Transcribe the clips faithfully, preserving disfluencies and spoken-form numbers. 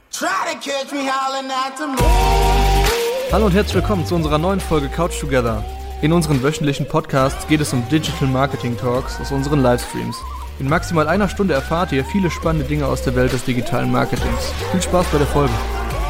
Hallo und herzlich willkommen zu unserer neuen Folge Couch Together. In unseren wöchentlichen Podcasts geht es um Digital Marketing Talks aus unseren Livestreams. In maximal einer Stunde erfahrt ihr viele spannende Dinge aus der Welt des digitalen Marketings. Viel Spaß bei der Folge.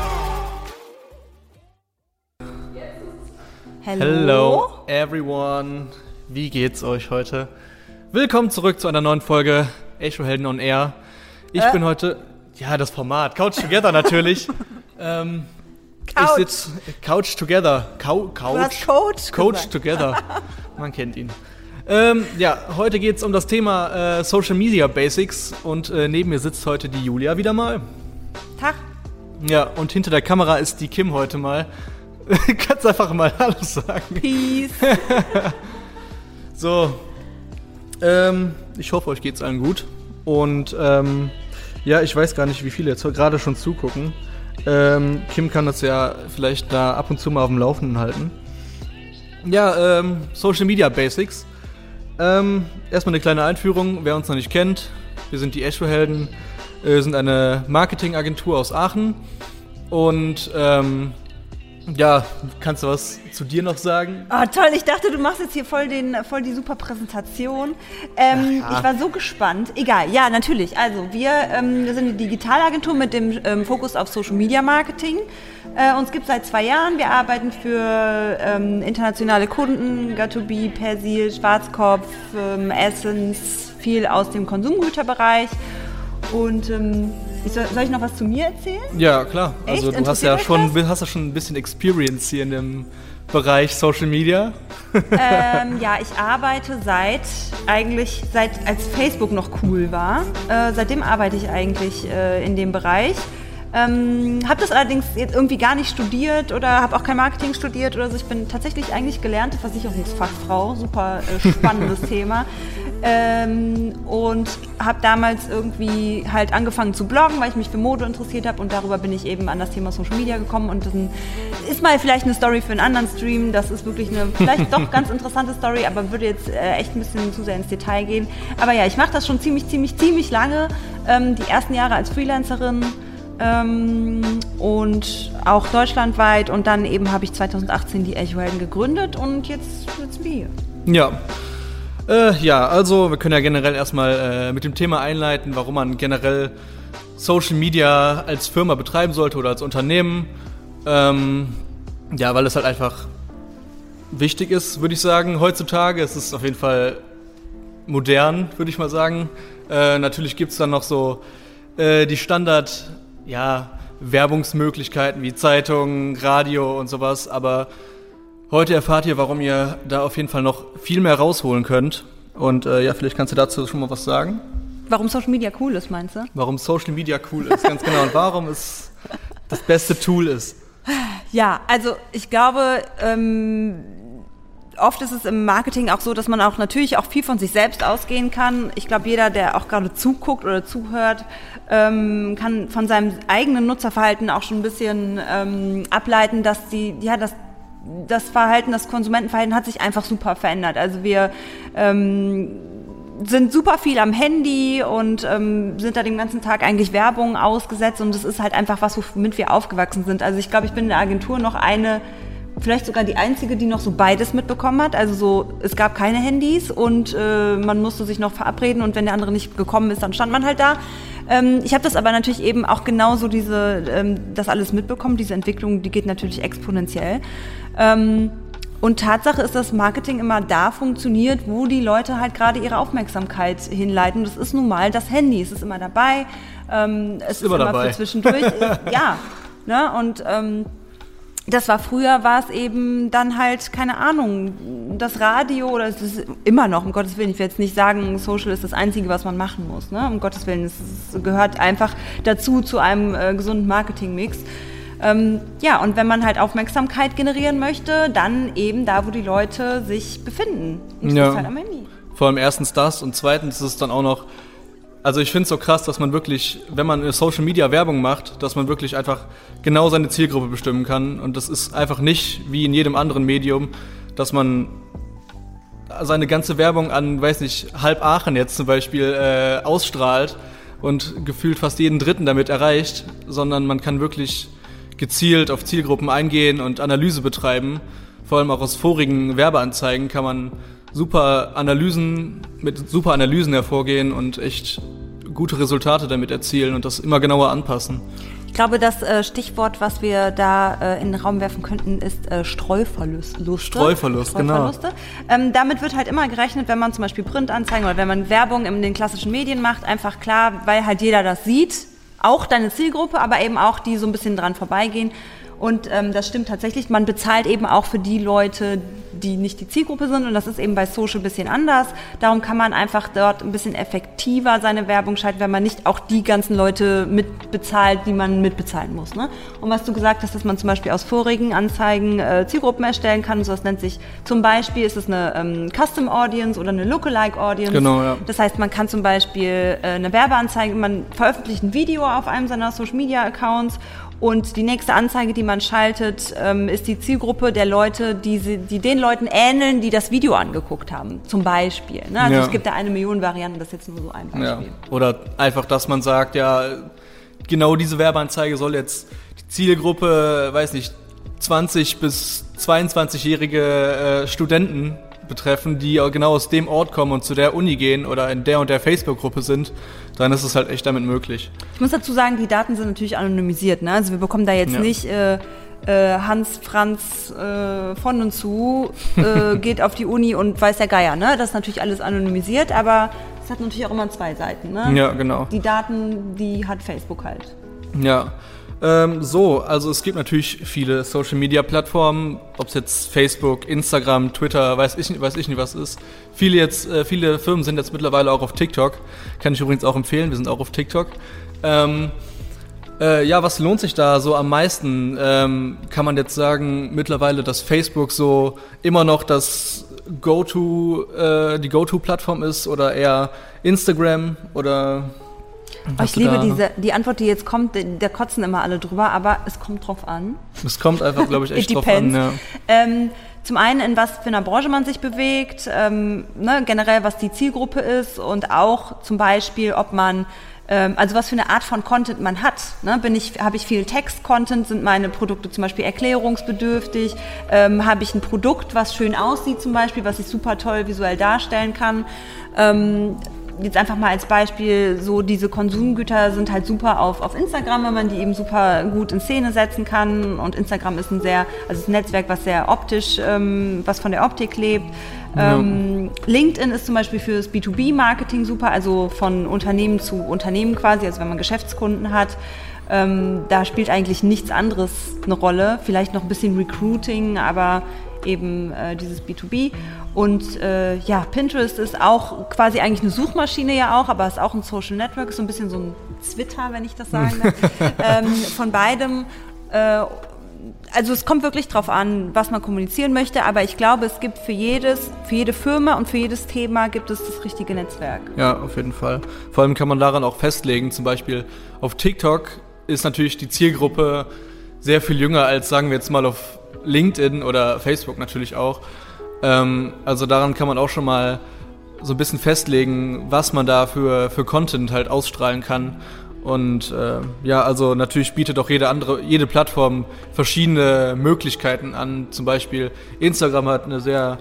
Hello. Hello everyone. Wie geht's euch heute? Willkommen zurück zu einer neuen Folge Echo-Helden on Air. Ich äh? bin heute... Ja, das Format. Couch Together natürlich. ähm, Couch. Ich sitze... Couch Together. Cou- Couch. Du hast Coach Coach gesagt. Together. Man kennt ihn. Ähm, ja, heute geht's um das Thema äh, Social Media Basics. Und äh, neben mir sitzt heute die Julia wieder mal. Tag. Ja, und hinter der Kamera ist die Kim heute mal. Kannst einfach mal Hallo sagen. Peace. So. Ähm, ich hoffe, euch geht's allen gut. Und, ähm... ja, ich weiß gar nicht, wie viele jetzt gerade schon zugucken. Ähm, Kim kann das ja vielleicht da ab und zu mal auf dem Laufenden halten. Ja, ähm, Social Media Basics. Ähm, erstmal eine kleine Einführung, wer uns noch nicht kennt. Wir sind die Echo-Helden, äh, sind eine Marketingagentur aus Aachen. Und, ähm, ja, kannst du was zu dir noch sagen? Oh, toll, ich dachte, du machst jetzt hier voll, den, voll die super Präsentation. Ähm, Ach ja. Ich war so gespannt. Egal, ja, natürlich. Also, wir, ähm, wir sind eine Digitalagentur mit dem ähm, Fokus auf Social Media Marketing. Äh, uns gibt es seit zwei Jahren. Wir arbeiten für ähm, internationale Kunden, Gatoubi, Persil, Schwarzkopf, ähm, Essence, viel aus dem Konsumgüterbereich. Und ähm, ich soll, soll ich noch was zu mir erzählen? Ja, klar. Echt? Also du hast ja, Interessiert schon, euch das? hast ja schon ein bisschen Experience hier in dem Bereich Social Media. ähm, ja, ich arbeite seit, eigentlich, seit als Facebook noch cool war. Äh, seitdem arbeite ich eigentlich äh, in dem Bereich. Ähm, habe das allerdings jetzt irgendwie gar nicht studiert oder habe auch kein Marketing studiert oder so. Ich bin tatsächlich eigentlich gelernte Versicherungsfachfrau. Super äh, spannendes Thema. Ähm, und habe damals irgendwie halt angefangen zu bloggen, weil ich mich für Mode interessiert habe und darüber bin ich eben an das Thema Social Media gekommen und das ist mal vielleicht eine Story für einen anderen Stream, das ist wirklich eine vielleicht doch ganz interessante Story, aber würde jetzt äh, echt ein bisschen zu sehr ins Detail gehen. Aber ja, ich mache das schon ziemlich, ziemlich, ziemlich lange, ähm, die ersten Jahre als Freelancerin ähm, und auch deutschlandweit und dann eben habe ich zweitausendachtzehn die Echo-Helden gegründet und jetzt sitzen wir hier. Ja. Äh, ja, also wir können ja generell erstmal äh, mit dem Thema einleiten, warum man generell Social Media als Firma betreiben sollte oder als Unternehmen. Ähm, ja, weil es halt einfach wichtig ist, würde ich sagen, heutzutage. Es ist auf jeden Fall modern, würde ich mal sagen. Äh, natürlich gibt es dann noch so äh, die Standard, ja, Werbungsmöglichkeiten wie Zeitungen, Radio und sowas, aber heute erfahrt ihr, warum ihr da auf jeden Fall noch viel mehr rausholen könnt. Und äh, ja, vielleicht kannst du dazu schon mal was sagen. Warum Social Media cool ist, meinst du? Warum Social Media cool ist, ganz genau. Und warum es das beste Tool ist. Ja, also ich glaube, ähm, oft ist es im Marketing auch so, dass man auch natürlich auch viel von sich selbst ausgehen kann. Ich glaube, jeder, der auch gerade zuguckt oder zuhört, ähm, kann von seinem eigenen Nutzerverhalten auch schon ein bisschen ähm, ableiten, dass die, ja, das das Verhalten, das Konsumentenverhalten hat sich einfach super verändert. Also wir ähm, sind super viel am Handy und ähm, sind da den ganzen Tag eigentlich Werbung ausgesetzt und das ist halt einfach was, womit wir aufgewachsen sind. Also ich glaube, ich bin in der Agentur noch eine, vielleicht sogar die einzige, die noch so beides mitbekommen hat. Also so, es gab keine Handys und äh, man musste sich noch verabreden und wenn der andere nicht gekommen ist, dann stand man halt da. Ähm, ich habe das aber natürlich eben auch genauso diese, ähm, das alles mitbekommen. Diese Entwicklung, die geht natürlich exponentiell. Ähm, und Tatsache ist, dass Marketing immer da funktioniert, wo die Leute halt gerade ihre Aufmerksamkeit hinleiten. Das ist nun mal das Handy. Es ist immer dabei. Ähm, es ist, ist immer, immer dabei. Für zwischendurch. Ja, ne? Und ähm, das war früher, war es eben dann halt, keine Ahnung, das Radio oder es ist immer noch, um Gottes Willen, ich will jetzt nicht sagen, Social ist das Einzige, was man machen muss, ne? Um Gottes Willen, es gehört einfach dazu, zu einem äh, gesunden Marketingmix. Ähm, ja, und wenn man halt Aufmerksamkeit generieren möchte, dann eben da, wo die Leute sich befinden. Und das ja. ist halt am Handy. Vor allem erstens das und zweitens ist es dann auch noch, also ich finde es so krass, dass man wirklich, wenn man Social Media Werbung macht, dass man wirklich einfach genau seine Zielgruppe bestimmen kann und das ist einfach nicht wie in jedem anderen Medium, dass man seine ganze Werbung an, weiß nicht, halb Aachen jetzt zum Beispiel äh, ausstrahlt und gefühlt fast jeden Dritten damit erreicht, sondern man kann wirklich gezielt auf Zielgruppen eingehen und Analyse betreiben. Vor allem auch aus vorigen Werbeanzeigen kann man super Analysen, mit super Analysen hervorgehen und echt gute Resultate damit erzielen und das immer genauer anpassen. Ich glaube, das äh, Stichwort, was wir da äh, in den Raum werfen könnten, ist äh, Streuverlust. Streuverlust, Streuverluste. Genau. Ähm, damit wird halt immer gerechnet, wenn man zum Beispiel Printanzeigen oder wenn man Werbung in den klassischen Medien macht, einfach klar, weil halt jeder das sieht, auch deine Zielgruppe, aber eben auch die so ein bisschen dran vorbeigehen. Und ähm, das stimmt tatsächlich, man bezahlt eben auch für die Leute, die nicht die Zielgruppe sind und das ist eben bei Social ein bisschen anders. Darum kann man einfach dort ein bisschen effektiver seine Werbung schalten, wenn man nicht auch die ganzen Leute mitbezahlt, die man mitbezahlen muss. Ne? Und was du gesagt hast, dass man zum Beispiel aus vorigen Anzeigen äh, Zielgruppen erstellen kann, so das nennt sich zum Beispiel, ist es eine ähm, Custom Audience oder eine Lookalike Audience. Genau, ja. Das heißt, man kann zum Beispiel äh, eine Werbeanzeige, man veröffentlicht ein Video auf einem seiner Social Media Accounts und die nächste Anzeige, die man schaltet, ähm, ist die Zielgruppe der Leute, die, sie, die den Leuten ähneln, die das Video angeguckt haben, zum Beispiel. Ne? Also ja. es gibt da eine Million Varianten, das ist jetzt nur so ein Beispiel. Ja. Oder einfach, dass man sagt, ja, genau diese Werbeanzeige soll jetzt die Zielgruppe, weiß nicht, zwanzig- bis zweiundzwanzigjährige äh, Studenten betreffen, die genau aus dem Ort kommen und zu der Uni gehen oder in der und der Facebook-Gruppe sind, dann ist es halt echt damit möglich. Ich muss dazu sagen, die Daten sind natürlich anonymisiert. Ne? Also wir bekommen da jetzt ja. nicht äh, äh, Hans, Franz äh, von und zu äh, geht auf die Uni und weiß der Geier. Ne? Das ist natürlich alles anonymisiert, aber es hat natürlich auch immer zwei Seiten. Ne? Ja, genau. Die Daten, die hat Facebook halt. Ja. Ähm, so, also es gibt natürlich viele Social-Media-Plattformen, ob es jetzt Facebook, Instagram, Twitter, weiß ich, weiß ich nicht, was ist. Viele jetzt, äh, viele Firmen sind jetzt mittlerweile auch auf TikTok. Kann ich übrigens auch empfehlen, wir sind auch auf TikTok. Ähm, äh, ja, was lohnt sich da so am meisten? Ähm, kann man jetzt sagen, mittlerweile, dass Facebook so immer noch das Go-To, äh, die Go-To-Plattform ist oder eher Instagram oder... Oh, ich liebe diese, die Antwort, die jetzt kommt, da kotzen immer alle drüber, aber es kommt drauf an. Es kommt einfach, glaube ich, echt drauf an. Ja. Ähm, zum einen, in was für einer Branche man sich bewegt, ähm, ne, generell, was die Zielgruppe ist und auch zum Beispiel, ob man, ähm, also was für eine Art von Content man hat. Ne? Bin ich, habe ich viel Text-Content, sind meine Produkte zum Beispiel erklärungsbedürftig, ähm, habe ich ein Produkt, was schön aussieht zum Beispiel, was ich super toll visuell darstellen kann. Ähm, Jetzt einfach mal als Beispiel, so diese Konsumgüter sind halt super auf, auf Instagram, wenn man die eben super gut in Szene setzen kann. Und Instagram ist ein sehr, also ein Netzwerk, was sehr optisch, ähm, was von der Optik lebt. Ja. Ähm, LinkedIn ist zum Beispiel fürs B zwei B Marketing super, also von Unternehmen zu Unternehmen quasi, also wenn man Geschäftskunden hat. Ähm, da spielt eigentlich nichts anderes eine Rolle, vielleicht noch ein bisschen Recruiting, aber eben äh, dieses B zwei B. Und äh, ja, Pinterest ist auch quasi eigentlich eine Suchmaschine ja auch, aber ist auch ein Social Network, ist so ein bisschen so ein Twitter, wenn ich das sagen darf. ähm, von beidem. Äh, also es kommt wirklich drauf an, was man kommunizieren möchte, aber ich glaube, es gibt für jedes, für jede Firma und für jedes Thema gibt es das richtige Netzwerk. Ja, auf jeden Fall. Vor allem kann man daran auch festlegen, zum Beispiel auf TikTok ist natürlich die Zielgruppe sehr viel jünger als, sagen wir jetzt mal, auf LinkedIn oder Facebook natürlich auch. Ähm, also daran kann man auch schon mal so ein bisschen festlegen, was man da für, für Content halt ausstrahlen kann. Und äh, ja, also natürlich bietet auch jede andere, jede Plattform verschiedene Möglichkeiten an. Zum Beispiel Instagram hat eine sehr,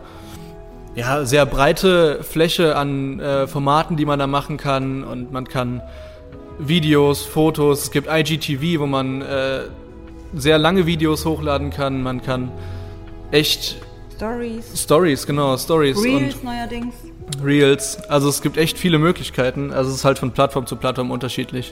ja, sehr breite Fläche an äh, Formaten, die man da machen kann. Und man kann Videos, Fotos, es gibt I G T V, wo man äh, sehr lange Videos hochladen kann. Man kann echt Stories. Stories, genau, Stories. Reels und neuerdings. Reels. Also es gibt echt viele Möglichkeiten. Also es ist halt von Plattform zu Plattform unterschiedlich.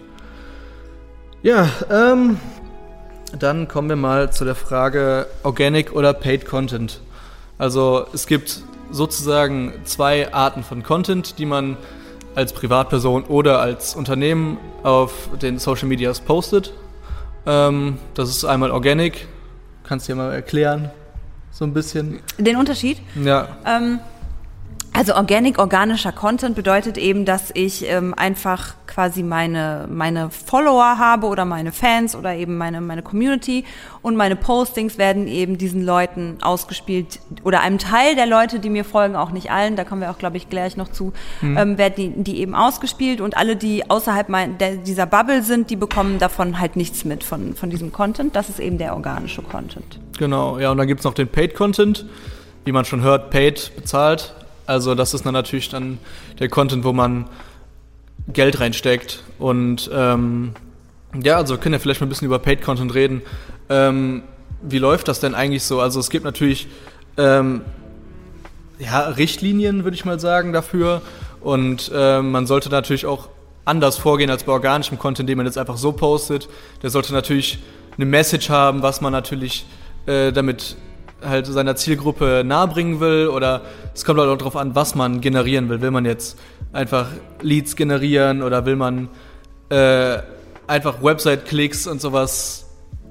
Ja, ähm, dann kommen wir mal zu der Frage Organic oder Paid Content. Also es gibt sozusagen zwei Arten von Content, die man als Privatperson oder als Unternehmen auf den Social Medias postet. Ähm, das ist einmal Organic. Kannst du dir mal erklären? So ein bisschen. Den Unterschied? Ja. Ähm, Also organic, organischer Content bedeutet eben, dass ich ähm, einfach quasi meine meine Follower habe oder meine Fans oder eben meine meine Community und meine Postings werden eben diesen Leuten ausgespielt oder einem Teil der Leute, die mir folgen, auch nicht allen, da kommen wir auch, glaube ich, gleich noch zu, mhm. ähm, werden die, die eben ausgespielt und alle, die außerhalb mein, der, dieser Bubble sind, die bekommen davon halt nichts mit von von diesem Content. Das ist eben der organische Content. Genau, ja, und dann gibt's noch den Paid Content, wie man schon hört, paid, bezahlt. Also das ist dann natürlich dann der Content, wo man Geld reinsteckt. Und ähm, ja, also wir können ja vielleicht mal ein bisschen über Paid-Content reden. Ähm, wie läuft das denn eigentlich so? Also es gibt natürlich ähm, ja, Richtlinien, würde ich mal sagen, dafür. Und äh, man sollte natürlich auch anders vorgehen als bei organischem Content, den man jetzt einfach so postet. Der sollte natürlich eine Message haben, was man natürlich äh, damit halt seiner Zielgruppe nahebringen will, oder es kommt halt auch darauf an, was man generieren will. Will man jetzt einfach Leads generieren oder will man äh, einfach Website-Klicks und sowas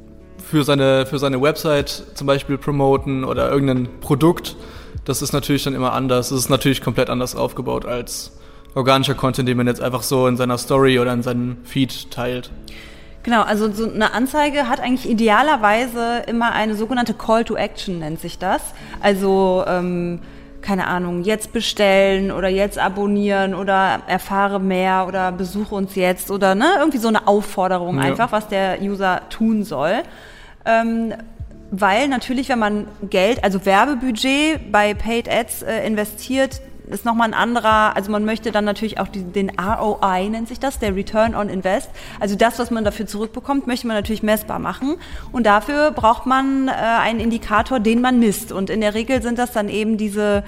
für seine, für seine Website zum Beispiel promoten oder irgendein Produkt? Das ist natürlich dann immer anders. Das ist natürlich komplett anders aufgebaut als organischer Content, den man jetzt einfach so in seiner Story oder in seinem Feed teilt. Genau, also so eine Anzeige hat eigentlich idealerweise immer eine sogenannte Call to Action, nennt sich das. Also, ähm, keine Ahnung, jetzt bestellen oder jetzt abonnieren oder erfahre mehr oder besuche uns jetzt oder ne, irgendwie so eine Aufforderung ja. einfach, was der User tun soll. Ähm, weil natürlich, wenn man Geld, also Werbebudget bei Paid Ads äh, investiert, ist nochmal ein anderer, also man möchte dann natürlich auch die, den R O I, nennt sich das, der Return on Invest. Also das, was man dafür zurückbekommt, möchte man natürlich messbar machen. Und dafür braucht man äh, einen Indikator, den man misst. Und in der Regel sind das dann eben diese,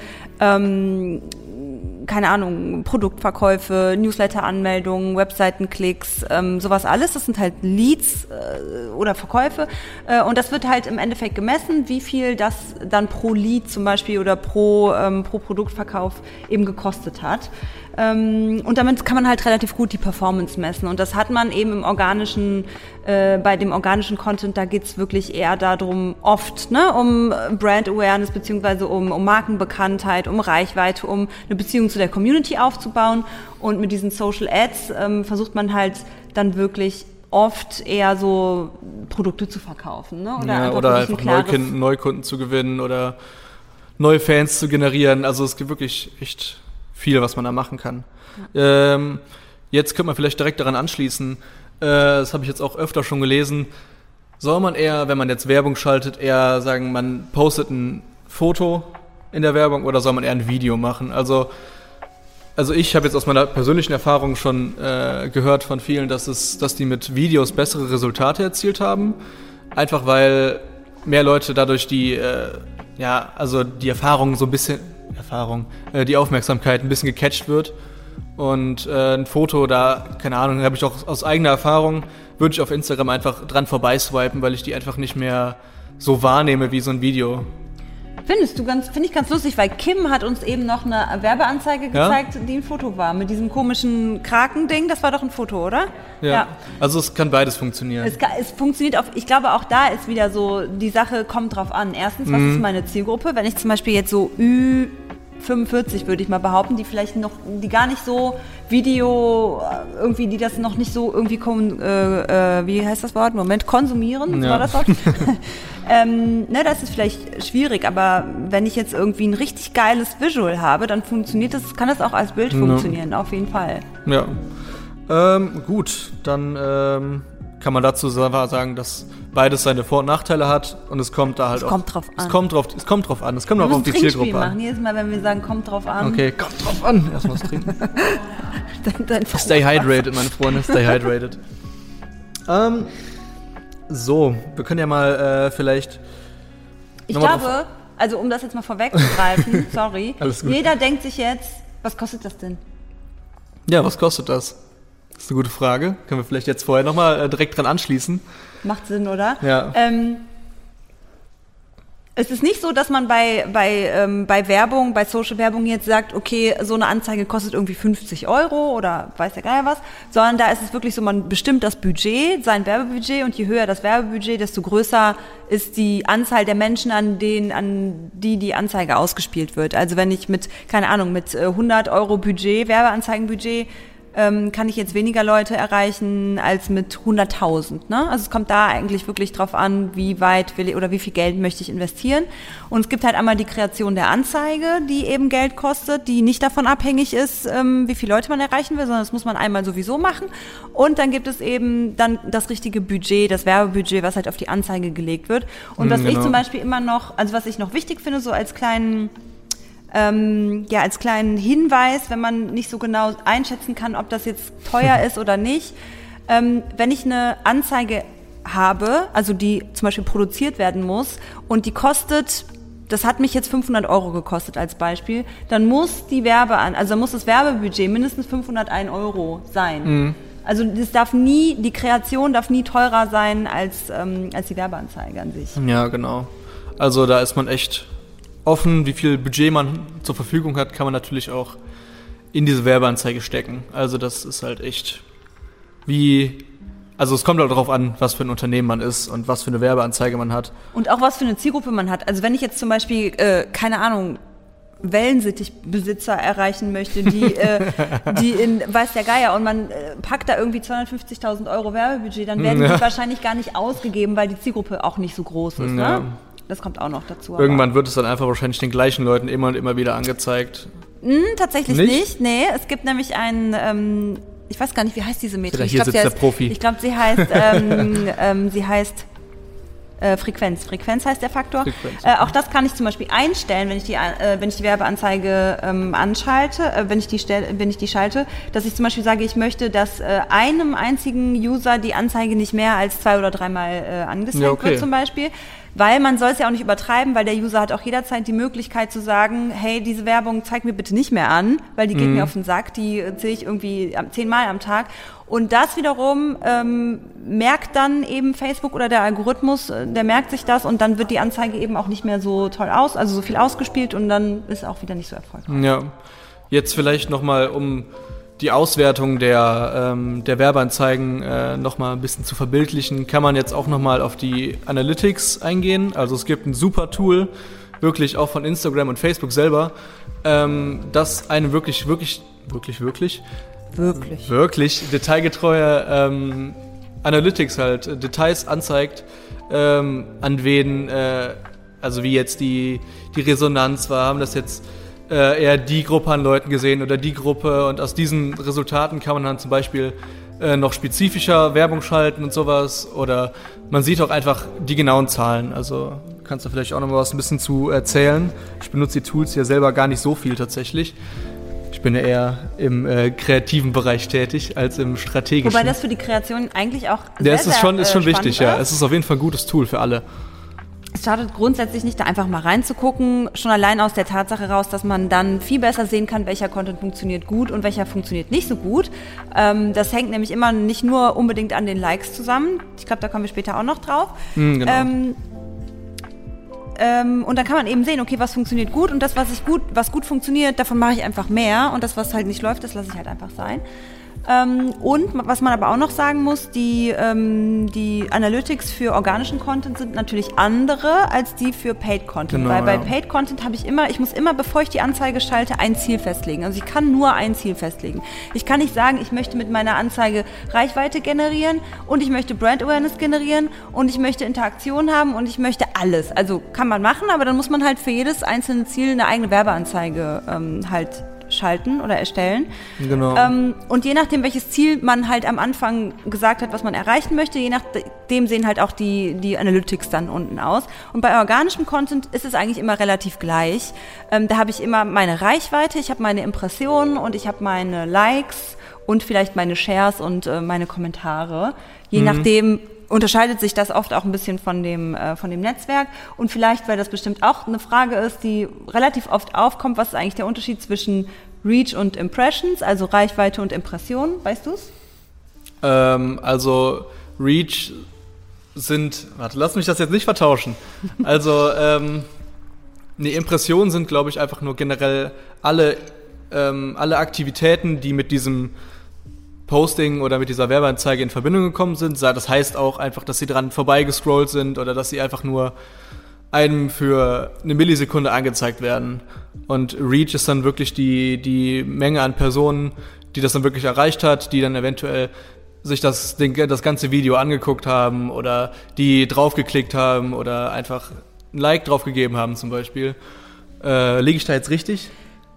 ähm, keine Ahnung, Produktverkäufe, Newsletter-Anmeldungen, Webseitenklicks, ähm, sowas alles. Das sind halt Leads äh, oder Verkäufe. Äh, und das wird halt im Endeffekt gemessen, wie viel das dann pro Lead zum Beispiel oder pro, ähm, pro Produktverkauf eben gekostet hat. Ähm, und damit kann man halt relativ gut die Performance messen. Und das hat man eben im organischen, äh, bei dem organischen Content, da geht's wirklich eher darum, oft, ne, um Brand Awareness beziehungsweise um, um Markenbekanntheit, um Reichweite, um eine Beziehung zu der Community aufzubauen. Und mit diesen Social Ads ähm, versucht man halt dann wirklich oft eher so Produkte zu verkaufen, ne? Oder ja, einfach, oder ein einfach Neukunden, Neukunden zu gewinnen oder neue Fans zu generieren. Also es gibt wirklich echt viel, was man da machen kann. Ja. Ähm, jetzt könnte man vielleicht direkt daran anschließen, äh, das habe ich jetzt auch öfter schon gelesen, soll man eher, wenn man jetzt Werbung schaltet, eher sagen, man postet ein Foto in der Werbung oder soll man eher ein Video machen? Also, also ich habe jetzt aus meiner persönlichen Erfahrung schon äh, gehört von vielen, dass es, dass die mit Videos bessere Resultate erzielt haben, einfach weil mehr Leute dadurch die, äh, ja, also die Erfahrung so ein bisschen Erfahrung, äh, die Aufmerksamkeit ein bisschen gecatcht wird. Und äh, ein Foto, da, keine Ahnung, habe ich auch aus eigener Erfahrung, würde ich auf Instagram einfach dran vorbeiswipen, weil ich die einfach nicht mehr so wahrnehme wie so ein Video. Findest du ganz, finde ich ganz lustig, weil Kim hat uns eben noch eine Werbeanzeige gezeigt, ja? die ein Foto war, mit diesem komischen Krakending, das war doch ein Foto, oder? Ja, ja. Also es kann beides funktionieren. Es, kann, es funktioniert auf, ich glaube auch da ist wieder so, die Sache kommt drauf an. Erstens, was mhm. ist meine Zielgruppe? Wenn ich zum Beispiel jetzt so Ü fünfundvierzig würde ich mal behaupten, die vielleicht noch, die gar nicht so Video, irgendwie, die das noch nicht so irgendwie, äh, äh, wie heißt das Wort? Moment, konsumieren, ja. war das Wort? ähm, ne, das ist vielleicht schwierig, aber wenn ich jetzt irgendwie ein richtig geiles Visual habe, dann funktioniert das, kann das auch als Bild funktionieren, ja. auf jeden Fall. Ja, ähm, gut, dann ähm, kann man dazu sagen, dass beides seine Vor- und Nachteile hat und es kommt da halt es auch. Kommt drauf an. Es kommt drauf, es kommt drauf an. Es kommt auch auf die Zielgruppe an. Machen. Jedes Mal, wenn wir sagen, kommt drauf an. Okay, kommt drauf an. Erstmal was trinken. dein, dein Stay hydrated, meine Freunde. Stay hydrated. ähm, so, wir können ja mal äh, vielleicht. Ich glaube, also um das jetzt mal vorwegzugreifen, sorry. Alles gut. Jeder denkt sich jetzt, was kostet das denn? Ja, was kostet das? Das ist eine gute Frage. Können wir vielleicht jetzt vorher nochmal äh, direkt dran anschließen. Macht Sinn, oder? Ja. Ähm, Es ist nicht so, dass man bei, bei, ähm, bei Werbung, bei Social-Werbung jetzt sagt, okay, so eine Anzeige kostet irgendwie fünfzig Euro oder weiß der Geier was, sondern da ist es wirklich so, man bestimmt das Budget, sein Werbebudget, und je höher das Werbebudget, desto größer ist die Anzahl der Menschen, an denen, an die die Anzeige ausgespielt wird. Also wenn ich mit, keine Ahnung, mit hundert Euro Budget, Werbeanzeigenbudget, ähm, kann ich jetzt weniger Leute erreichen als mit hunderttausend. Ne? Also es kommt da eigentlich wirklich drauf an, wie weit will ich oder wie viel Geld möchte ich investieren. Und es gibt halt einmal die Kreation der Anzeige, die eben Geld kostet, die nicht davon abhängig ist, ähm, wie viele Leute man erreichen will, sondern das muss man einmal sowieso machen. Und dann gibt es eben dann das richtige Budget, das Werbebudget, was halt auf die Anzeige gelegt wird. Und was mm, genau. ich zum Beispiel immer noch, also was ich noch wichtig finde, so als kleinen Ähm, ja, als kleinen Hinweis, wenn man nicht so genau einschätzen kann, ob das jetzt teuer ist oder nicht. Ähm, wenn ich eine Anzeige habe, also die zum Beispiel produziert werden muss und die kostet, das hat mich jetzt fünfhundert Euro gekostet als Beispiel, dann muss die Werbe an, also muss das Werbebudget mindestens fünfhunderteins Euro sein. Mhm. Also das darf nie, die Kreation darf nie teurer sein als, ähm, als die Werbeanzeige an sich. Ja, genau. Also da ist man echt offen, wie viel Budget man zur Verfügung hat, kann man natürlich auch in diese Werbeanzeige stecken. Also das ist halt echt wie, also es kommt halt darauf an, was für ein Unternehmen man ist und was für eine Werbeanzeige man hat. Und auch was für eine Zielgruppe man hat. Also wenn ich jetzt zum Beispiel, äh, keine Ahnung, Wellensittichbesitzer erreichen möchte, die, äh, die in, weiß der Geier, und man äh, packt da irgendwie zweihundertfünfzigtausend Euro Werbebudget, dann werden ja. die wahrscheinlich gar nicht ausgegeben, weil die Zielgruppe auch nicht so groß ist, ja. ne? Das kommt auch noch dazu. Irgendwann wird es dann einfach wahrscheinlich den gleichen Leuten immer und immer wieder angezeigt. Mm, tatsächlich nicht? nicht, nee. Es gibt nämlich einen, ähm, ich weiß gar nicht, wie heißt diese Metrik? Hier ich glaub, sitzt der heißt, Profi. Ich glaube, sie heißt, ähm, ähm, sie heißt äh, Frequenz. Frequenz heißt der Faktor. Frequenz. Äh, auch das kann ich zum Beispiel einstellen, wenn ich die, äh, wenn ich die Werbeanzeige ähm, anschalte, äh, wenn ich die stell, wenn ich die schalte, dass ich zum Beispiel sage, ich möchte, dass äh, einem einzigen User die Anzeige nicht mehr als zwei oder dreimal äh, angezeigt ja, okay. wird zum Beispiel. Weil man soll es ja auch nicht übertreiben, weil der User hat auch jederzeit die Möglichkeit zu sagen, hey, diese Werbung zeig mir bitte nicht mehr an, weil die geht mhm. mir auf den Sack, die sehe ich irgendwie zehnmal am Tag. Und das wiederum ähm, merkt dann eben Facebook oder der Algorithmus, der merkt sich das, und dann wird die Anzeige eben auch nicht mehr so toll aus, also so viel ausgespielt, und dann ist auch wieder nicht so erfolgreich. Ja, jetzt vielleicht nochmal, um die Auswertung der, ähm, der Werbeanzeigen äh, nochmal ein bisschen zu verbildlichen, kann man jetzt auch nochmal auf die Analytics eingehen. Also es gibt ein super Tool, wirklich auch von Instagram und Facebook selber, ähm, das eine wirklich, wirklich, wirklich, wirklich, wirklich, wirklich detailgetreue ähm, Analytics halt, äh, Details anzeigt, ähm, an wen, äh, also wie jetzt die, die Resonanz war, haben das jetzt Äh, eher die Gruppe an Leuten gesehen oder die Gruppe, und aus diesen Resultaten kann man dann zum Beispiel äh, noch spezifischer Werbung schalten und sowas, oder man sieht auch einfach die genauen Zahlen. Also kannst du vielleicht auch noch mal was ein bisschen zu erzählen. Ich benutze die Tools ja selber gar nicht so viel tatsächlich. Ich bin ja eher im äh, kreativen Bereich tätig als im strategischen. Wobei das für die Kreation eigentlich auch sehr, ja, es ist schon, sehr, ist schon äh, wichtig, ja. Es ist auf jeden Fall ein gutes Tool für alle. Es schadet grundsätzlich nicht, da einfach mal reinzugucken, schon allein aus der Tatsache raus, dass man dann viel besser sehen kann, welcher Content funktioniert gut und welcher funktioniert nicht so gut. Ähm, das hängt nämlich immer nicht nur unbedingt an den Likes zusammen. Ich glaube, da kommen wir später auch noch drauf. Mm, genau. Ähm, ähm, und dann kann man eben sehen, okay, was funktioniert gut, und das, was ich gut, was gut funktioniert, davon mache ich einfach mehr, und das, was halt nicht läuft, das lasse ich halt einfach sein. Ähm, und was man aber auch noch sagen muss, die, ähm, die Analytics für organischen Content sind natürlich andere als die für Paid Content. Genau, weil bei ja. Paid Content habe ich immer, ich muss immer, bevor ich die Anzeige schalte, ein Ziel festlegen. Also ich kann nur ein Ziel festlegen. Ich kann nicht sagen, ich möchte mit meiner Anzeige Reichweite generieren und ich möchte Brand Awareness generieren und ich möchte Interaktion haben und ich möchte alles. Also kann man machen, aber dann muss man halt für jedes einzelne Ziel eine eigene Werbeanzeige ähm, halt schalten oder erstellen. Genau. Ähm, und je nachdem, welches Ziel man halt am Anfang gesagt hat, was man erreichen möchte, je nachdem sehen halt auch die, die Analytics dann unten aus. Und bei organischem Content ist es eigentlich immer relativ gleich. Ähm, da habe ich immer meine Reichweite, ich habe meine Impressionen und ich habe meine Likes und vielleicht meine Shares und äh, meine Kommentare. Je mhm. nachdem unterscheidet sich das oft auch ein bisschen von dem, äh, von dem Netzwerk. Und vielleicht, weil das bestimmt auch eine Frage ist, die relativ oft aufkommt, was ist eigentlich der Unterschied zwischen Reach und Impressions, also Reichweite und Impression, weißt du's? Ähm, also Reach sind, warte, lass mich das jetzt nicht vertauschen. Also, ähm, nee, Impressionen sind, glaube ich, einfach nur generell alle, ähm, alle Aktivitäten, die mit diesem Posting oder mit dieser Werbeanzeige in Verbindung gekommen sind. Das heißt auch einfach, dass sie dran vorbeigescrollt sind oder dass sie einfach nur einem für eine Millisekunde angezeigt werden. Und Reach ist dann wirklich die, die Menge an Personen, die das dann wirklich erreicht hat, die dann eventuell sich das, den, das ganze Video angeguckt haben oder die draufgeklickt haben oder einfach ein Like draufgegeben haben zum Beispiel. Äh, liege ich da jetzt richtig?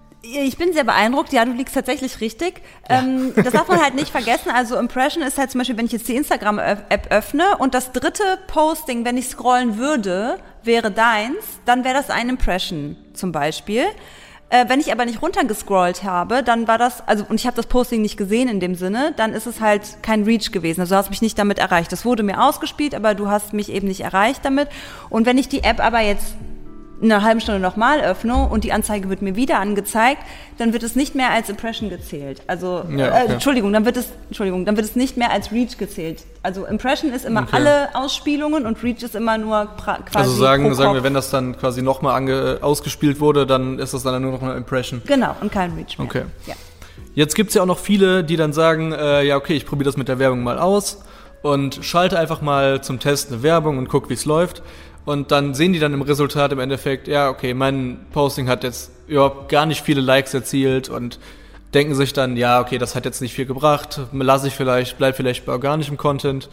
Ich bin sehr beeindruckt. Ja, du liegst tatsächlich richtig. Ja. Ähm, das darf man halt nicht vergessen. Also Impression ist halt zum Beispiel, wenn ich jetzt die Instagram-App öffne und das dritte Posting, wenn ich scrollen würde, wäre deins, dann wäre das ein Impression zum Beispiel. Äh, wenn ich aber nicht runtergescrollt habe, dann war das, also und ich habe das Posting nicht gesehen in dem Sinne, dann ist es halt kein Reach gewesen. Also du hast mich nicht damit erreicht. Das wurde mir ausgespielt, aber du hast mich eben nicht erreicht damit. Und wenn ich die App aber jetzt in einer halben Stunde nochmal öffne und die Anzeige wird mir wieder angezeigt, dann wird es nicht mehr als Impression gezählt. Also, ja, okay. äh, Entschuldigung, dann wird es, Entschuldigung, dann wird es nicht mehr als Reach gezählt. Also Impression ist immer okay. alle Ausspielungen und Reach ist immer nur pra- quasi Also sagen, sagen wir, wenn das dann quasi nochmal ange- ausgespielt wurde, dann ist das dann nur noch eine Impression. Genau, und kein Reach mehr. Okay. Ja. Jetzt gibt's ja auch noch viele, die dann sagen, äh, ja okay, ich probiere das mit der Werbung mal aus und schalte einfach mal zum Test eine Werbung und guck, wie es läuft. Und dann sehen die dann im Resultat im Endeffekt, ja, okay, mein Posting hat jetzt überhaupt gar nicht viele Likes erzielt und denken sich dann, ja, okay, das hat jetzt nicht viel gebracht, lasse ich vielleicht, bleib vielleicht bei organischem Content.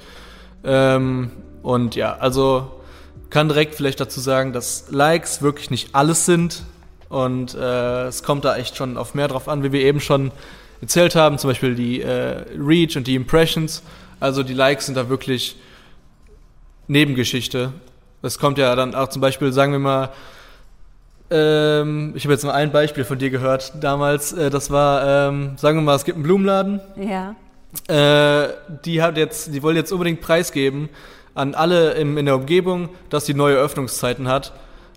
Ähm, und ja, also kann direkt vielleicht dazu sagen, dass Likes wirklich nicht alles sind und äh, es kommt da echt schon auf mehr drauf an, wie wir eben schon erzählt haben, zum Beispiel die äh, Reach und die Impressions. Also die Likes sind da wirklich Nebengeschichte. Das kommt ja dann auch zum Beispiel, sagen wir mal, ähm, ich habe jetzt mal ein Beispiel von dir gehört damals, äh, das war, ähm, sagen wir mal, es gibt einen Blumenladen. Ja. Äh, die hat jetzt, die wollen jetzt unbedingt preisgeben an alle im, in der Umgebung, dass die neue Öffnungszeiten hat.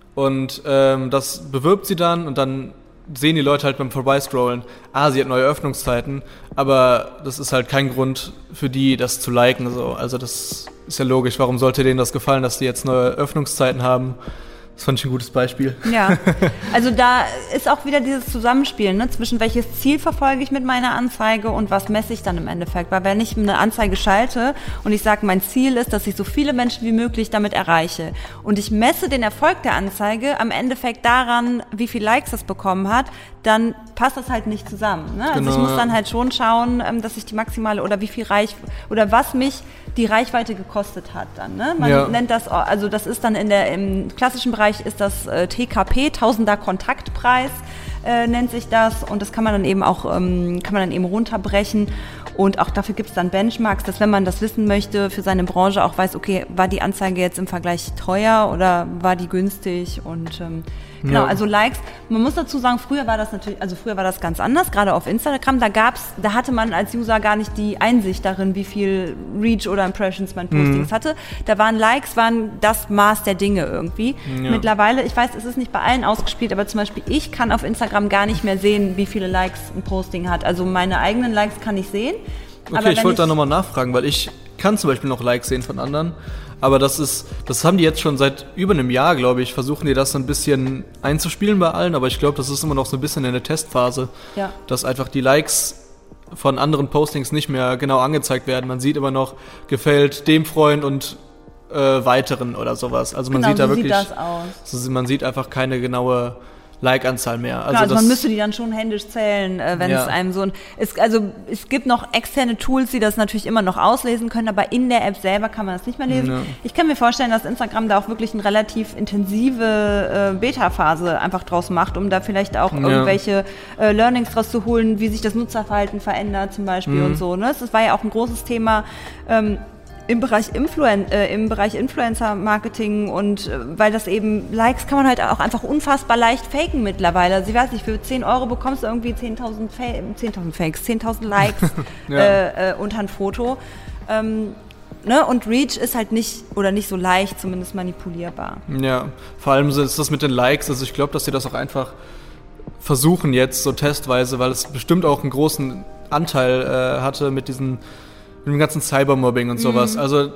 Und ähm, das bewirbt sie dann und dann sehen die Leute halt beim Vorbeiscrollen, ah, sie hat neue Öffnungszeiten, aber das ist halt kein Grund für die, das zu liken. So. Also das ist ja logisch, warum sollte denen das gefallen, dass die jetzt neue Öffnungszeiten haben? Das fand ich ein gutes Beispiel. Ja, also da ist auch wieder dieses Zusammenspiel, ne, zwischen welches Ziel verfolge ich mit meiner Anzeige und was messe ich dann im Endeffekt. Weil wenn ich eine Anzeige schalte und ich sage, mein Ziel ist, dass ich so viele Menschen wie möglich damit erreiche und ich messe den Erfolg der Anzeige am Endeffekt daran, wie viel Likes das bekommen hat, dann passt das halt nicht zusammen. Ne? Also genau, ich muss dann halt schon schauen, dass ich die maximale oder wie viel Reich oder was mich die Reichweite gekostet hat dann. Ne? Man ja. nennt das, also das ist dann in der im klassischen Bereich ist das äh, T K P, Tausender Kontaktpreis äh, nennt sich das und das kann man dann eben auch ähm, kann man dann eben runterbrechen und auch dafür gibt es dann Benchmarks, dass wenn man das wissen möchte für seine Branche auch weiß, okay, war die Anzeige jetzt im Vergleich teuer oder war die günstig und ähm, genau, ja. also Likes. Man muss dazu sagen, früher war das natürlich, also früher war das ganz anders, gerade auf Instagram, da gab's, da hatte man als User gar nicht die Einsicht darin, wie viel Reach oder Impressions man Postings mhm. hatte. Da waren Likes, waren das Maß der Dinge irgendwie. Ja. Mittlerweile, ich weiß, es ist nicht bei allen ausgespielt, aber zum Beispiel ich kann auf Instagram gar nicht mehr sehen, wie viele Likes ein Posting hat. Also meine eigenen Likes kann ich sehen. Okay, aber ich wollte da nochmal nachfragen, weil ich kann zum Beispiel noch Likes sehen von anderen. Aber das ist, das haben die jetzt schon seit über einem Jahr, glaube ich, versuchen die das so ein bisschen einzuspielen bei allen, aber ich glaube, das ist immer noch so ein bisschen in der Testphase, ja. dass einfach die Likes von anderen Postings nicht mehr genau angezeigt werden. Man sieht immer noch, gefällt dem Freund und äh, weiteren oder sowas. Also man genau, sieht da so wirklich, sieht das aus. Also man sieht einfach keine genaue Like-Anzahl mehr. Also, Klar, also das, man müsste die dann schon händisch zählen, äh, wenn ja. es einem so ein... Es, also es gibt noch externe Tools, die das natürlich immer noch auslesen können, aber in der App selber kann man das nicht mehr lesen. Ja. Ich kann mir vorstellen, dass Instagram da auch wirklich eine relativ intensive äh, Beta-Phase einfach draus macht, um da vielleicht auch ja. irgendwelche äh, Learnings draus zu holen, wie sich das Nutzerverhalten verändert zum Beispiel mhm. und so. Ne? Das war ja auch ein großes Thema, ähm, im Bereich Influen- äh, im Bereich Influencer-Marketing und äh, weil das eben, Likes kann man halt auch einfach unfassbar leicht faken mittlerweile. Also ich weiß nicht, für zehn Euro bekommst du irgendwie zehntausend, Fa- zehntausend Fakes, zehntausend Likes ja. äh, äh, unter ein Foto. Ähm, ne? Und Reach ist halt nicht, oder nicht so leicht zumindest manipulierbar. Ja, vor allem ist das mit den Likes, also ich glaube, dass sie das auch einfach versuchen jetzt so testweise, weil es bestimmt auch einen großen Anteil äh, hatte mit diesen mit dem ganzen Cybermobbing und sowas. Mhm. Also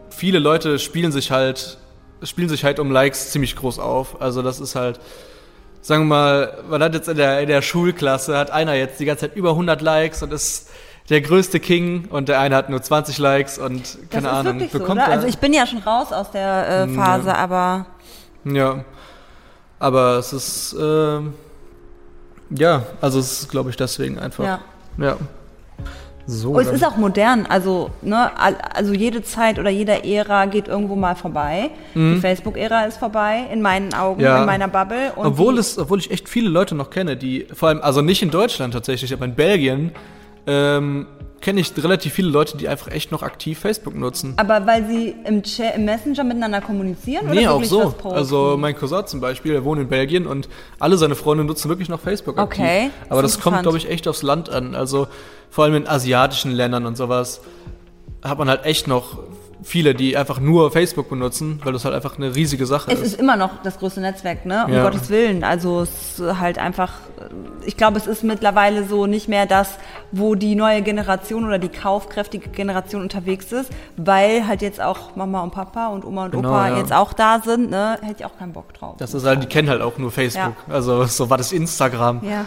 viele Leute spielen sich halt, spielen sich halt um Likes ziemlich groß auf. Also das ist halt, sagen wir mal, man hat jetzt in der, in der Schulklasse, hat einer jetzt die ganze Zeit über hundert Likes und ist der größte King und der eine hat nur zwanzig Likes und keine das Ahnung. Ist wirklich so, oder? Also ich bin ja schon raus aus der äh, Phase, ja. aber... Ja, aber es ist, äh, ja, also es ist, glaube ich, deswegen einfach, ja. ja. So, oh, es ist auch modern, also ne, also jede Zeit oder jede Ära geht irgendwo mal vorbei. Mhm. Die Facebook-Ära ist vorbei, in meinen Augen, ja. in meiner Bubble. Und obwohl, es, obwohl ich echt viele Leute noch kenne, die, vor allem, also nicht in Deutschland tatsächlich, aber in Belgien, ähm, kenne ich relativ viele Leute, die einfach echt noch aktiv Facebook nutzen. Aber weil sie im, Chat, im Messenger miteinander kommunizieren? Nee, oder auch so. Was posten? Also mein Cousin zum Beispiel, der wohnt in Belgien und alle seine Freunde nutzen wirklich noch Facebook aktiv. Okay. Aber das kommt, glaube ich, echt aufs Land an. Also vor allem in asiatischen Ländern und sowas hat man halt echt noch viele, die einfach nur Facebook benutzen, weil das halt einfach eine riesige Sache es ist. Es ist immer noch das größte Netzwerk, ne? Um ja. Gottes Willen. Also es ist halt einfach, ich glaube, es ist mittlerweile so nicht mehr das, wo die neue Generation oder die kaufkräftige Generation unterwegs ist, weil halt jetzt auch Mama und Papa und Oma und genau, Opa ja. jetzt auch da sind, ne? Hätte ich auch keinen Bock drauf. Das ist halt, die kennen halt auch nur Facebook. Ja. Also so war das Instagram. Ja.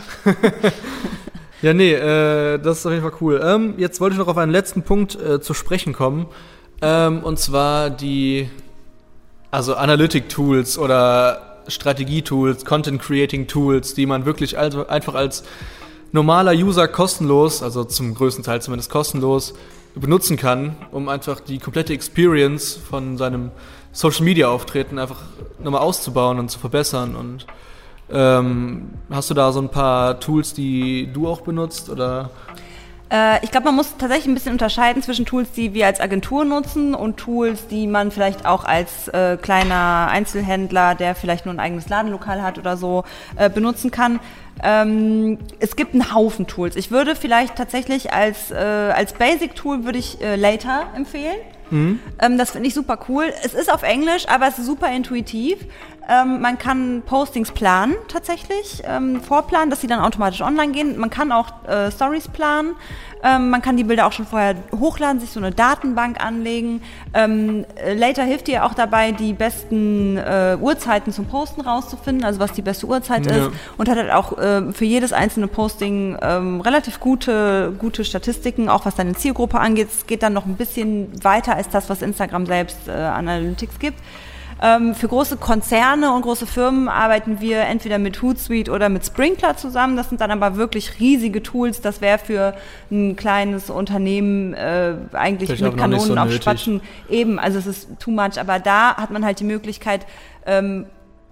Ja, nee, äh, das ist auf jeden Fall cool. Ähm, jetzt wollte ich noch auf einen letzten Punkt äh, zu sprechen kommen. Ähm, und zwar die, also Analytic-Tools oder Strategie-Tools, Content-Creating-Tools, die man wirklich also einfach als normaler User kostenlos, also zum größten Teil zumindest kostenlos, benutzen kann, um einfach die komplette Experience von seinem Social-Media-Auftreten einfach nochmal auszubauen und zu verbessern. Und ähm, hast du da so ein paar Tools, die du auch benutzt, oder? Ich glaube, man muss tatsächlich ein bisschen unterscheiden zwischen Tools, die wir als Agentur nutzen und Tools, die man vielleicht auch als äh, kleiner Einzelhändler, der vielleicht nur ein eigenes Ladenlokal hat oder so, äh, benutzen kann. Ähm, es gibt einen Haufen Tools. Ich würde vielleicht tatsächlich als, äh, als Basic-Tool würde ich äh, Later empfehlen. Mhm. Ähm, das finde ich super cool. Es ist auf Englisch, aber es ist super intuitiv. Ähm, man kann Postings planen tatsächlich, ähm, vorplanen, dass sie dann automatisch online gehen. Man kann auch äh, Stories planen. Ähm, man kann die Bilder auch schon vorher hochladen, sich so eine Datenbank anlegen. Ähm, Later hilft dir auch dabei, die besten äh, Uhrzeiten zum Posten rauszufinden, also was die beste Uhrzeit ja. ist. Und hat halt auch äh, für jedes einzelne Posting ähm, relativ gute, gute Statistiken, auch was deine Zielgruppe angeht. Es geht dann noch ein bisschen weiter als das, was Instagram selbst äh, Analytics gibt. Ähm, für große Konzerne und große Firmen arbeiten wir entweder mit Hootsuite oder mit Sprinklr zusammen. Das sind dann aber wirklich riesige Tools. Das wäre für ein kleines Unternehmen äh, eigentlich Vielleicht mit Kanonen so auf Spatzen eben. Also es ist too much. Aber da hat man halt die Möglichkeit, ähm,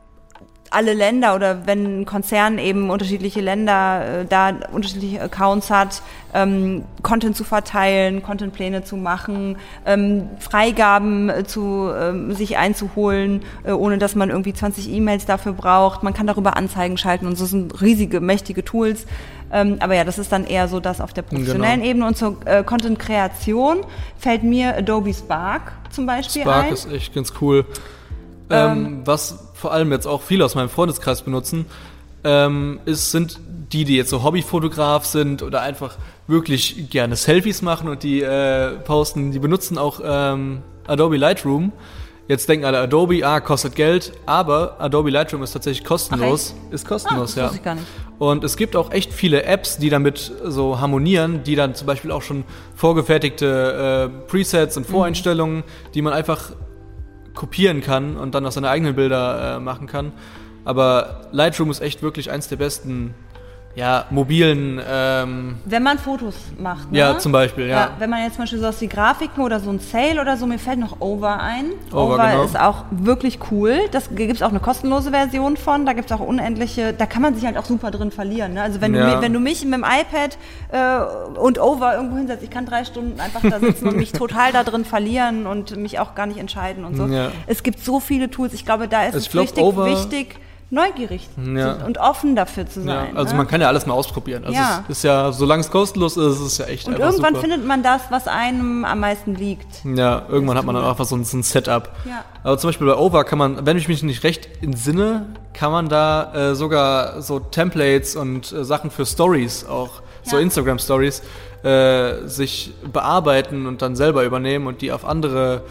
alle Länder oder wenn ein Konzern eben unterschiedliche Länder äh, da unterschiedliche Accounts hat, ähm, Content zu verteilen, Contentpläne zu machen, ähm, Freigaben äh, zu ähm, sich einzuholen, äh, ohne dass man irgendwie zwanzig E-Mails dafür braucht. Man kann darüber Anzeigen schalten und so sind riesige, mächtige Tools. Ähm, aber ja, das ist dann eher so das auf der professionellen genau. Ebene. Und zur äh, Content-Kreation fällt mir Adobe Spark zum Beispiel Spark ein. Spark ist echt ganz cool. Ähm, ähm, was vor allem jetzt auch viele aus meinem Freundeskreis benutzen, ähm, ist, sind die, die jetzt so Hobbyfotograf sind oder einfach wirklich gerne Selfies machen und die äh, posten, die benutzen auch ähm, Adobe Lightroom. Jetzt denken alle, Adobe, ah, kostet Geld, aber Adobe Lightroom ist tatsächlich kostenlos. Ach, ist kostenlos, ah, das ja. wusste ich gar nicht. Und es gibt auch echt viele Apps, die damit so harmonieren, die dann zum Beispiel auch schon vorgefertigte äh, Presets und Voreinstellungen, mhm. die man einfach kopieren kann und dann auch seine eigenen Bilder äh, machen kann. Aber Lightroom ist echt wirklich eins der besten ja, mobilen... Ähm, wenn man Fotos macht, ne? Ja, zum Beispiel, ja. ja. Wenn man jetzt zum Beispiel so aus wie Grafiken oder so ein Sale oder so, mir fällt noch Over ein. Over, Over genau. ist auch wirklich cool. Das gibt es auch eine kostenlose Version von. Da gibt es auch unendliche, da kann man sich halt auch super drin verlieren. Ne? Also wenn, ja. du, wenn du mich mit dem iPad äh, und Over irgendwo hinsetzt, ich kann drei Stunden einfach da sitzen und mich total da drin verlieren und mich auch gar nicht entscheiden und so. Ja. Es gibt so viele Tools. Ich glaube, da ist also es glaub, richtig Over wichtig, neugierig ja. und offen dafür zu sein. Ja, also ne? man kann ja alles mal ausprobieren. Also ja. es ist ja, solange es kostenlos ist, ist es ja echt und einfach irgendwann super. findet man das, was einem am meisten liegt. Ja, irgendwann hat man dann einfach so ein, so ein Setup. Ja. Aber zum Beispiel bei Over kann man, wenn ich mich nicht recht entsinne, kann man da äh, sogar so Templates und äh, Sachen für Stories auch, ja. so Instagram-Stories, äh, sich bearbeiten und dann selber übernehmen und die auf andere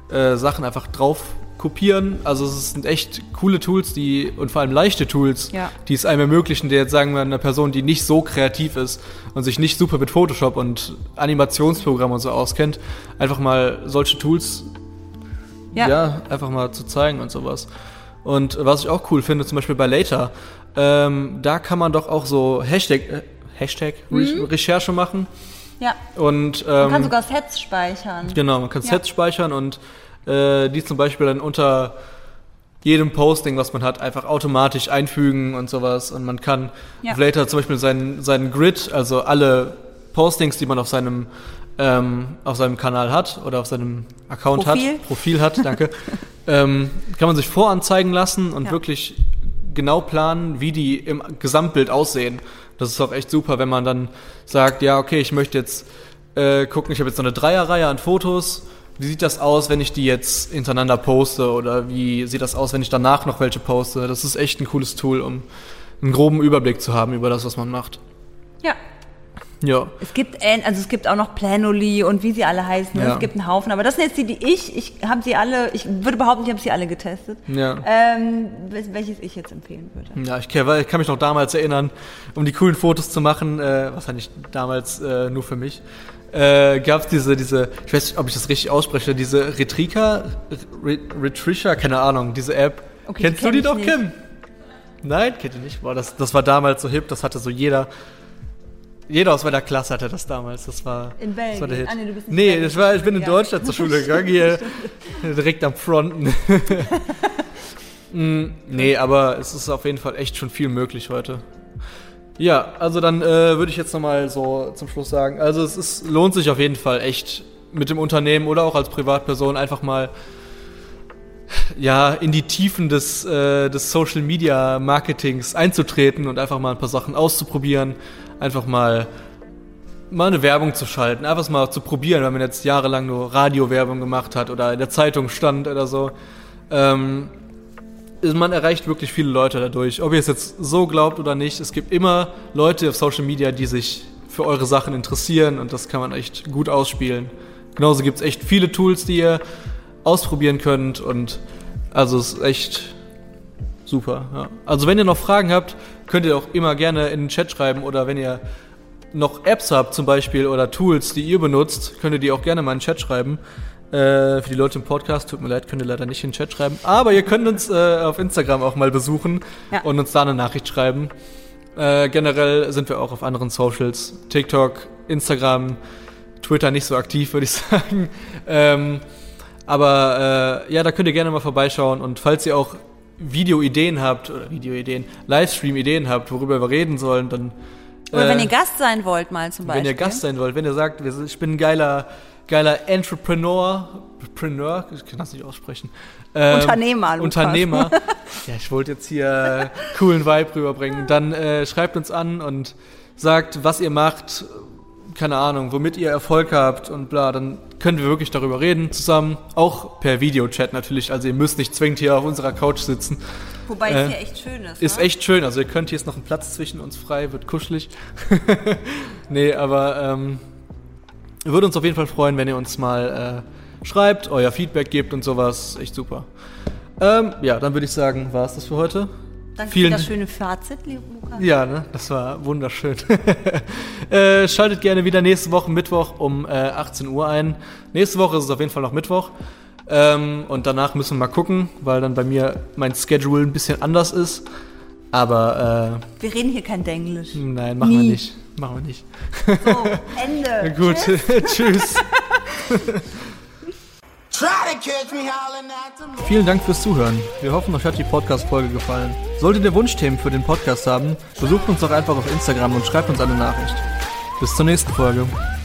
äh, Sachen einfach drauf kopieren. Also es sind echt coole Tools, die und vor allem leichte Tools, ja. die es einem ermöglichen, der jetzt sagen wir einer Person, die nicht so kreativ ist und sich nicht super mit Photoshop und Animationsprogrammen und so auskennt, einfach mal solche Tools ja. ja einfach mal zu zeigen und sowas. Und was ich auch cool finde, zum Beispiel bei Later, ähm, da kann man doch auch so Hashtag, äh, Hashtag mhm. Re- Recherche machen. Ja. Und, ähm, man kann sogar Sets speichern. Genau, man kann ja. Sets speichern und äh, die zum Beispiel dann unter jedem Posting, was man hat, einfach automatisch einfügen und sowas. Und man kann ja. auf Later zum Beispiel seinen, seinen Grid, also alle Postings, die man auf seinem ähm, auf seinem Kanal hat oder auf seinem Account Profil. hat, Profil hat, danke, ähm, kann man sich voranzeigen lassen und ja. wirklich genau planen, wie die im Gesamtbild aussehen. Das ist auch echt super, wenn man dann sagt, ja, okay, ich möchte jetzt äh, gucken, ich habe jetzt so eine Dreierreihe an Fotos. Wie sieht das aus, wenn ich die jetzt hintereinander poste? Oder wie sieht das aus, wenn ich danach noch welche poste? Das ist echt ein cooles Tool, um einen groben Überblick zu haben über das, was man macht. Ja. Ja. Es gibt, also es gibt auch noch Planoly und wie sie alle heißen. Ja. Es gibt einen Haufen. Aber das sind jetzt die, die ich, ich habe sie alle, ich würde behaupten, ich habe sie alle getestet. Ja. Ähm, welches ich jetzt empfehlen würde. Ja, ich kann, ich kann mich noch damals erinnern, um die coolen Fotos zu machen, äh, was nicht damals äh, nur für mich, äh, gab es diese, diese, ich weiß nicht, ob ich das richtig ausspreche, diese Retrika, Retricia, keine Ahnung, diese App. Okay, Kennst kenn du die ich doch, nicht. Kim? Nein, kennt ihr nicht. Boah, das, das war damals so hip, das hatte so jeder. Jeder aus meiner Klasse hatte das damals. Das war, in Belgien? Das war der Hit. Ah, nee, du bist nicht nee, in das war, ich bin in ja. Deutschland zur Schule gegangen, hier direkt am Fronten. mm, nee, aber es ist auf jeden Fall echt schon viel möglich heute. Ja, also dann äh, würde ich jetzt nochmal so zum Schluss sagen, also es ist, lohnt sich auf jeden Fall echt mit dem Unternehmen oder auch als Privatperson einfach mal ja, in die Tiefen des, äh, des Social Media Marketings einzutreten und einfach mal ein paar Sachen auszuprobieren, einfach mal, mal eine Werbung zu schalten, einfach mal zu probieren, wenn man jetzt jahrelang nur Radiowerbung gemacht hat oder in der Zeitung stand oder so. Ähm, man erreicht wirklich viele Leute dadurch. Ob ihr es jetzt so glaubt oder nicht, es gibt immer Leute auf Social Media, die sich für eure Sachen interessieren und das kann man echt gut ausspielen. Genauso gibt es echt viele Tools, die ihr ausprobieren könnt und also es ist echt super. Ja. Also wenn ihr noch Fragen habt, könnt ihr auch immer gerne in den Chat schreiben oder wenn ihr noch Apps habt zum Beispiel oder Tools, die ihr benutzt, könnt ihr die auch gerne mal in den Chat schreiben. Äh, für die Leute im Podcast, tut mir leid, könnt ihr leider nicht in den Chat schreiben, aber ihr könnt uns äh, auf Instagram auch mal besuchen ja. und uns da eine Nachricht schreiben. Äh, generell sind wir auch auf anderen Socials, TikTok, Instagram, Twitter nicht so aktiv, würde ich sagen. Ähm, aber äh, ja, da könnt ihr gerne mal vorbeischauen und falls ihr auch Videoideen habt, oder Videoideen, Livestream-Ideen habt, worüber wir reden sollen, dann... Oder äh, wenn ihr Gast sein wollt mal zum Beispiel. Wenn ihr Gast sein wollt, wenn ihr sagt, ich bin ein geiler, geiler Entrepreneur, Entrepreneur, ich kann das nicht aussprechen. Ähm, Unternehmer, Lukas. Unternehmer. Ja, ich wollte jetzt hier coolen Vibe rüberbringen. Dann äh, schreibt uns an und sagt, was ihr macht, keine Ahnung, womit ihr Erfolg habt und bla, dann können wir wirklich darüber reden zusammen, auch per Videochat natürlich, also ihr müsst nicht zwingend hier auf unserer Couch sitzen. Wobei äh, es hier echt schön ist. Ist ne? echt schön, also ihr könnt, hier ist noch ein Platz zwischen uns frei, wird kuschelig. Nee, aber ähm, würde uns auf jeden Fall freuen, wenn ihr uns mal äh, schreibt, euer Feedback gebt und sowas, echt super. Ähm, ja, dann würde ich sagen, war es das für heute. Danke Vielen für das schöne Fazit, lieber Lukas. Ja, ne, das war wunderschön. äh, schaltet gerne wieder nächste Woche Mittwoch um äh, achtzehn Uhr ein. Nächste Woche ist es auf jeden Fall noch Mittwoch. Ähm, und danach müssen wir mal gucken, weil dann bei mir mein Schedule ein bisschen anders ist. Aber äh, wir reden hier kein Denglisch. Nein, machen Nie. wir nicht. Machen wir nicht. So, Ende. Gut, tschüss. Vielen Dank fürs Zuhören. Wir hoffen, euch hat die Podcast-Folge gefallen. Solltet ihr Wunschthemen für den Podcast haben, besucht uns doch einfach auf Instagram und schreibt uns eine Nachricht. Bis zur nächsten Folge.